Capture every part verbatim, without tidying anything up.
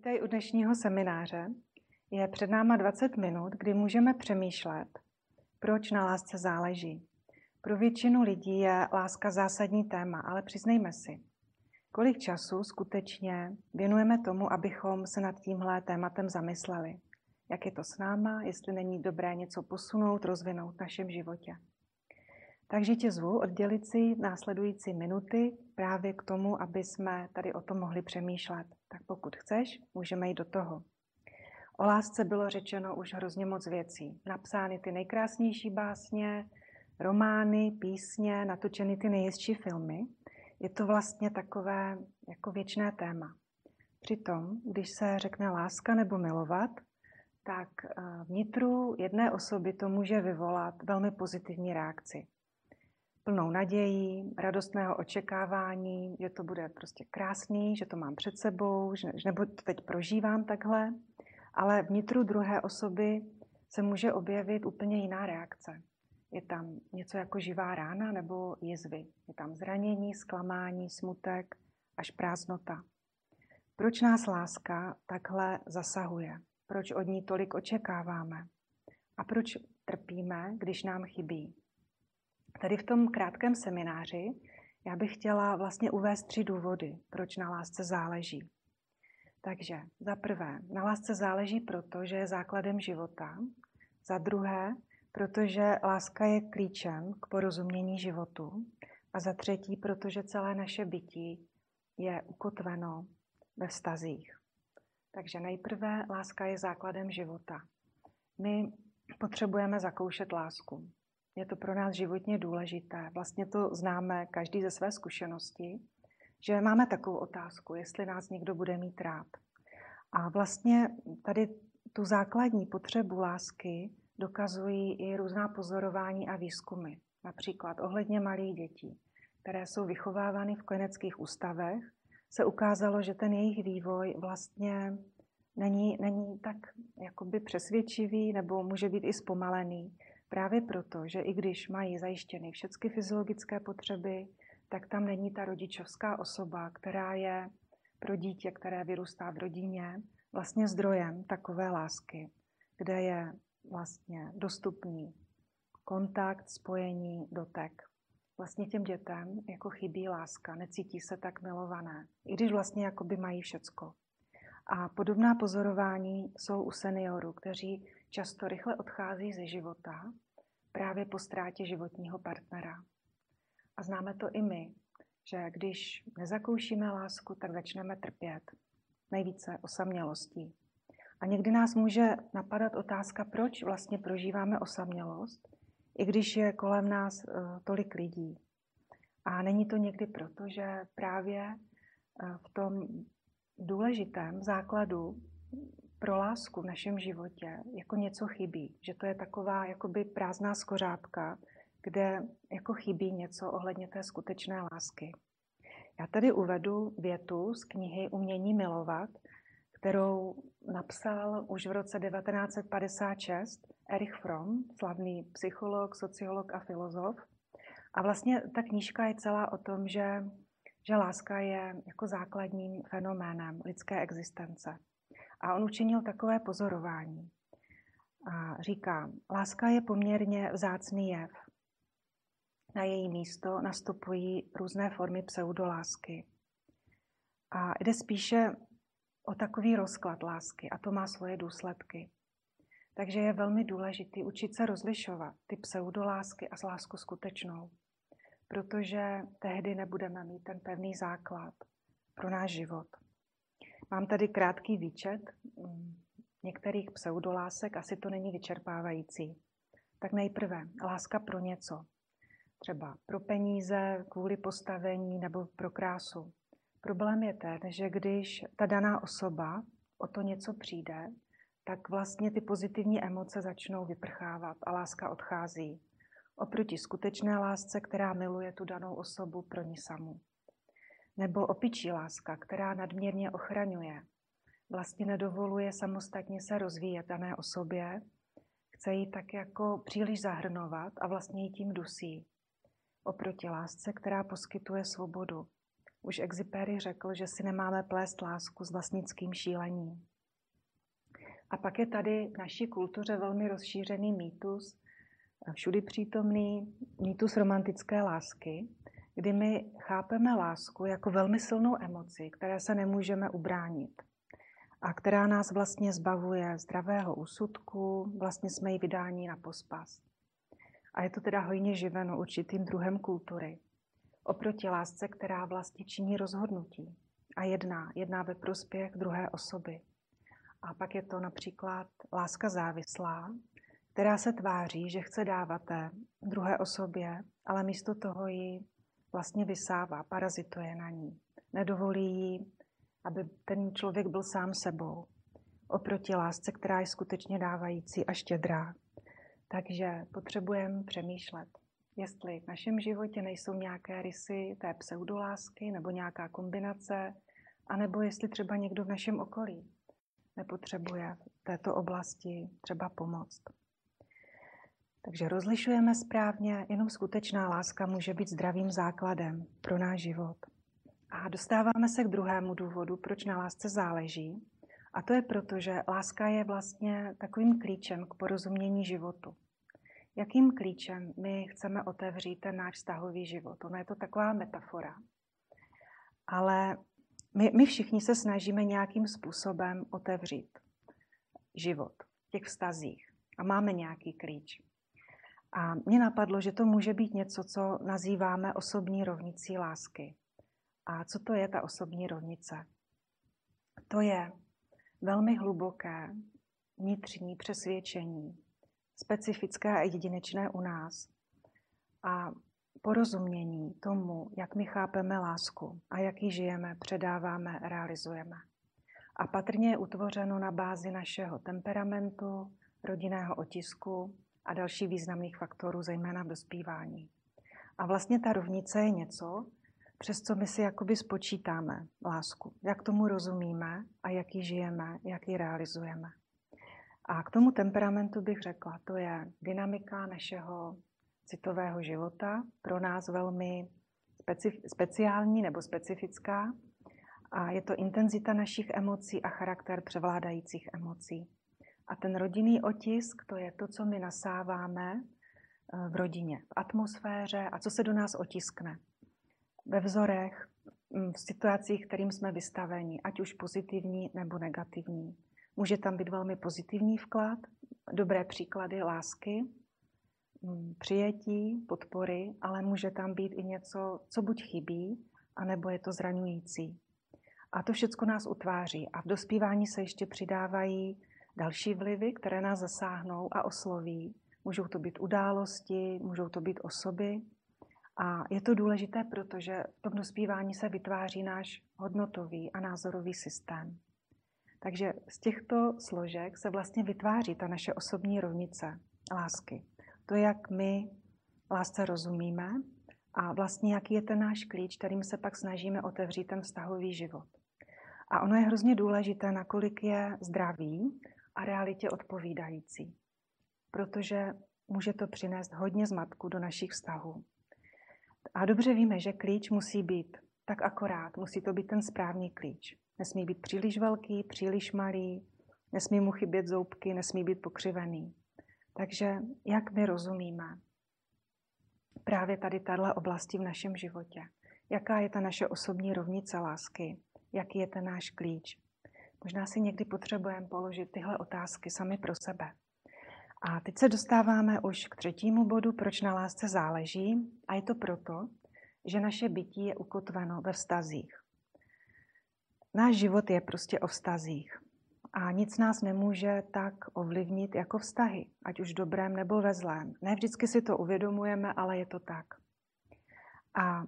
Vítej u dnešního semináře. Je před náma dvacet minut, kdy můžeme přemýšlet, proč na lásce záleží. Pro většinu lidí je láska zásadní téma, ale přiznejme si, kolik času skutečně věnujeme tomu, abychom se nad tímhle tématem zamysleli. Jak je to s náma, jestli není dobré něco posunout, rozvinout v našem životě. Takže tě zvu oddělit si následující minuty právě k tomu, aby jsme tady o tom mohli přemýšlet. Tak pokud chceš, můžeme jít do toho. O lásce bylo řečeno už hrozně moc věcí. Napsány ty nejkrásnější básně, romány, písně, natočeny ty nejhezčí filmy. Je to vlastně takové jako věčné téma. Přitom, když se řekne láska nebo milovat, tak vnitru jedné osoby to může vyvolat velmi pozitivní reakci. Plnou nadějí, radostného očekávání, že to bude prostě krásný, že to mám před sebou, že, nebo to teď prožívám takhle, ale vnitru druhé osoby se může objevit úplně jiná reakce. Je tam něco jako živá rána nebo jizvy. Je tam zranění, zklamání, smutek až prázdnota. Proč nás láska takhle zasahuje? Proč od ní tolik očekáváme? A proč trpíme, když nám chybí? Tady v tom krátkém semináři já bych chtěla vlastně uvést tři důvody, proč na lásce záleží. Takže za prvé, na lásce záleží proto, že je základem života. Za druhé, protože láska je klíčem k porozumění životu. A za třetí, protože celé naše bytí je ukotveno ve vztazích. Takže nejprve láska je základem života. My potřebujeme zakoušet lásku. Je to pro nás životně důležité. Vlastně to známe každý ze své zkušenosti, že máme takovou otázku, jestli nás někdo bude mít rád. A vlastně tady tu základní potřebu lásky dokazují i různá pozorování a výzkumy. Například ohledně malých dětí, které jsou vychovávány v kojeneckých ústavech, se ukázalo, že ten jejich vývoj vlastně není, není tak jakoby přesvědčivý nebo může být i zpomalený. Právě proto, že i když mají zajištěny všechny fyziologické potřeby, tak tam není ta rodičovská osoba, která je pro dítě, které vyrůstá v rodině, vlastně zdrojem takové lásky, kde je vlastně dostupný kontakt, spojení, dotek. Vlastně těm dětem jako chybí láska, necítí se tak milované, i když vlastně jakoby mají všecko. A podobná pozorování jsou u seniorů, kteří často rychle odchází ze života právě po ztrátě životního partnera. A známe to i my, že když nezakoušíme lásku, tak začneme trpět. Nejvíce osamělostí. A někdy nás může napadat otázka, proč vlastně prožíváme osamělost, i když je kolem nás uh, tolik lidí. A není to někdy proto, že právě uh, v tom důležitém základu pro lásku v našem životě jako něco chybí. Že to je taková jakoby prázdná skořápka, kde jako chybí něco ohledně té skutečné lásky. Já tady uvedu větu z knihy Umění milovat, kterou napsal už v roce devatenáct set padesát šest Erich Fromm, slavný psycholog, sociolog a filozof. A vlastně ta knížka je celá o tom, že, že láska je jako základním fenoménem lidské existence. A on učinil takové pozorování. A říká, láska je poměrně vzácný jev. Na její místo nastupují různé formy pseudolásky. A jde spíše o takový rozklad lásky a to má svoje důsledky. Takže je velmi důležité učit se rozlišovat ty pseudolásky a lásku skutečnou. Protože tehdy nebudeme mít ten pevný základ pro náš život. Mám tady krátký výčet některých pseudolásek, asi to není vyčerpávající. Tak nejprve láska pro něco. Třeba pro peníze, kvůli postavení nebo pro krásu. Problém je ten, že když ta daná osoba o to něco přijde, tak vlastně ty pozitivní emoce začnou vyprchávat a láska odchází. Oproti skutečné lásce, která miluje tu danou osobu pro ní samu. Nebo opičí láska, která nadměrně ochraňuje. Vlastně nedovoluje samostatně se rozvíjet dané osobě, chce ji tak jako příliš zahrnovat a vlastně ji tím dusí. Oproti lásce, která poskytuje svobodu. Už Exupéry řekl, že si nemáme plést lásku s vlastnickým šílením. A pak je tady v naší kultuře velmi rozšířený mýtus, všudy přítomný mýtus romantické lásky, kdy my chápeme lásku jako velmi silnou emoci, které se nemůžeme ubránit a která nás vlastně zbavuje zdravého úsudku, vlastně jsme jí vydáni na pospas. A je to teda hojně živeno určitým druhem kultury. Oproti lásce, která vlastně činí rozhodnutí a jedná, jedná ve prospěch druhé osoby. A pak je to například láska závislá, která se tváří, že chce dávat té druhé osobě, ale místo toho ji vlastně vysává, parazituje na ní. Nedovolí jí, aby ten člověk byl sám sebou. Oproti lásce, která je skutečně dávající a štědrá. Takže potřebujeme přemýšlet, jestli v našem životě nejsou nějaké rysy té pseudolásky nebo nějaká kombinace, anebo jestli třeba někdo v našem okolí nepotřebuje v této oblasti třeba pomoct. Takže rozlišujeme správně, jenom skutečná láska může být zdravým základem pro náš život. A dostáváme se k druhému důvodu, proč na lásce záleží. A to je proto, že láska je vlastně takovým klíčem k porozumění životu. Jakým klíčem my chceme otevřít ten náš vztahový život? Ono je to taková metafora. Ale my, my všichni se snažíme nějakým způsobem otevřít život v těch vztazích. A máme nějaký klíč. A mně napadlo, že to může být něco, co nazýváme osobní rovnicí lásky. A co to je ta osobní rovnice? To je velmi hluboké vnitřní přesvědčení, specifické a jedinečné u nás a porozumění tomu, jak my chápeme lásku a jak ji žijeme, předáváme, realizujeme. A patrně je utvořeno na bázi našeho temperamentu, rodinného otisku a dalších významných faktorů, zejména v dospívání. A vlastně ta rovnice je něco, přes co my si jakoby spočítáme lásku, jak tomu rozumíme a jak ji žijeme, jak ji realizujeme. A k tomu temperamentu bych řekla, to je dynamika našeho citového života, pro nás velmi specif- speciální nebo specifická. A je to intenzita našich emocí a charakter převládajících emocí. A ten rodinný otisk, to je to, co my nasáváme v rodině, v atmosféře a co se do nás otiskne. Ve vzorech, v situacích, kterým jsme vystaveni, ať už pozitivní nebo negativní. Může tam být velmi pozitivní vklad, dobré příklady lásky, přijetí, podpory, ale může tam být i něco, co buď chybí, anebo je to zraňující. A to všechno nás utváří. A v dospívání se ještě přidávají další vlivy, které nás zasáhnou a osloví. Můžou to být události, můžou to být osoby. A je to důležité, protože v tom dospívání se vytváří náš hodnotový a názorový systém. Takže z těchto složek se vlastně vytváří ta naše osobní rovnice lásky. To, jak my lásce rozumíme a vlastně jaký je ten náš klíč, kterým se pak snažíme otevřít ten vztahový život. A ono je hrozně důležité, nakolik je zdravý a realitě odpovídající. Protože může to přinést hodně zmatku do našich vztahů. A dobře víme, že klíč musí být tak akorát, musí to být ten správný klíč. Nesmí být příliš velký, příliš malý, nesmí mu chybět zoubky, nesmí být pokřivený. Takže jak my rozumíme právě tady tato oblasti v našem životě? Jaká je ta naše osobní rovnice lásky? Jaký je ten náš klíč? Možná si někdy potřebujeme položit tyhle otázky sami pro sebe. A teď se dostáváme už k třetímu bodu, proč na lásce záleží. A je to proto, že naše bytí je ukotveno ve vztazích. Náš život je prostě o vztazích. A nic nás nemůže tak ovlivnit jako vztahy, ať už dobrém nebo ve zlém. Ne vždycky si to uvědomujeme, ale je to tak. A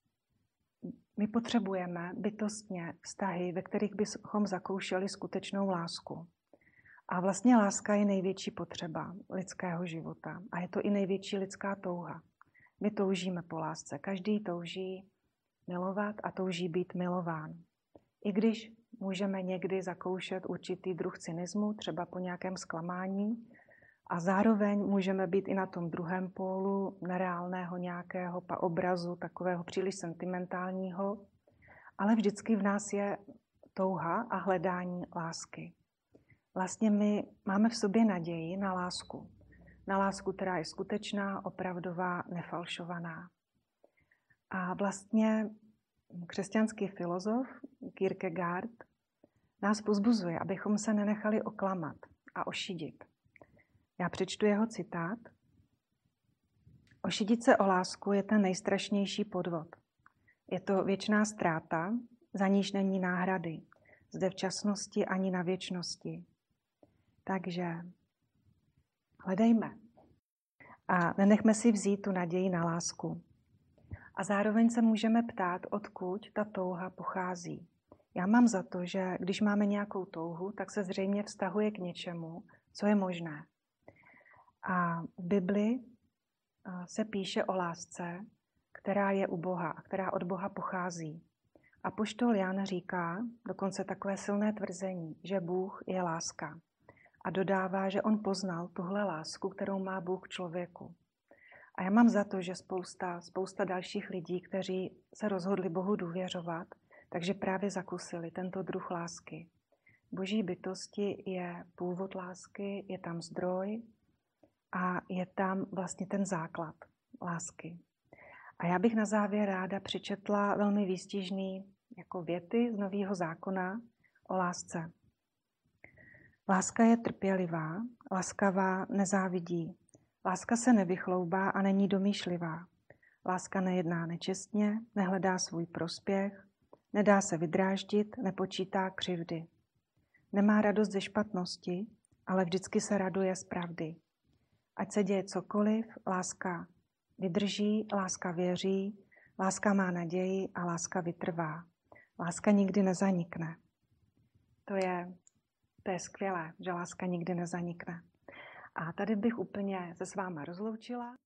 my potřebujeme bytostně vztahy, ve kterých bychom zakoušeli skutečnou lásku. A vlastně láska je největší potřeba lidského života. A je to i největší lidská touha. My toužíme po lásce. Každý touží milovat a touží být milován. I když můžeme někdy zakoušet určitý druh cynismu, třeba po nějakém zklamání, a zároveň můžeme být i na tom druhém pólu nereálného nějakého obrazu, takového příliš sentimentálního. ale vždycky v nás je touha a hledání lásky. Vlastně my máme v sobě naději na lásku. Na lásku, která je skutečná, opravdová, nefalšovaná. A vlastně křesťanský filozof Kierkegaard nás pozbuzuje, abychom se nenechali oklamat a ošidit. Já přečtu jeho citát. Ošidit se o lásku je ten nejstrašnější podvod. Je to věčná ztráta, za níž není náhrady. Zde v časnosti ani na věčnosti. Takže hledejme a nenechme si vzít tu naději na lásku. A zároveň se můžeme ptát, odkud ta touha pochází. Já mám za to, že když máme nějakou touhu, tak se zřejmě vztahuje k něčemu, co je možné. A v Bibli se píše o lásce, která je u Boha a která od Boha pochází. Apoštol Jan říká dokonce takové silné tvrzení, že Bůh je láska. A dodává, že on poznal tuhle lásku, kterou má Bůh k člověku. A já mám za to, že spousta, spousta dalších lidí, kteří se rozhodli Bohu důvěřovat, takže právě zakusili tento druh lásky. Boží bytosti je původ lásky, je tam zdroj a je tam vlastně ten základ lásky. A já bych na závěr ráda přečetla velmi výstižný jako věty z Nového zákona o lásce. Láska je trpělivá, laskavá, nezávidí. Láska se nevychloubá a není domýšlivá. Láska nejedná nečestně, nehledá svůj prospěch, nedá se vydráždit, nepočítá křivdy. Nemá radost ze špatnosti, ale vždycky se raduje z pravdy. Ať se děje cokoliv, láska vydrží, láska věří, láska má naději a láska vytrvá. Láska nikdy nezanikne. To je, to je skvělé, že láska nikdy nezanikne. A tady bych úplně se s váma rozloučila.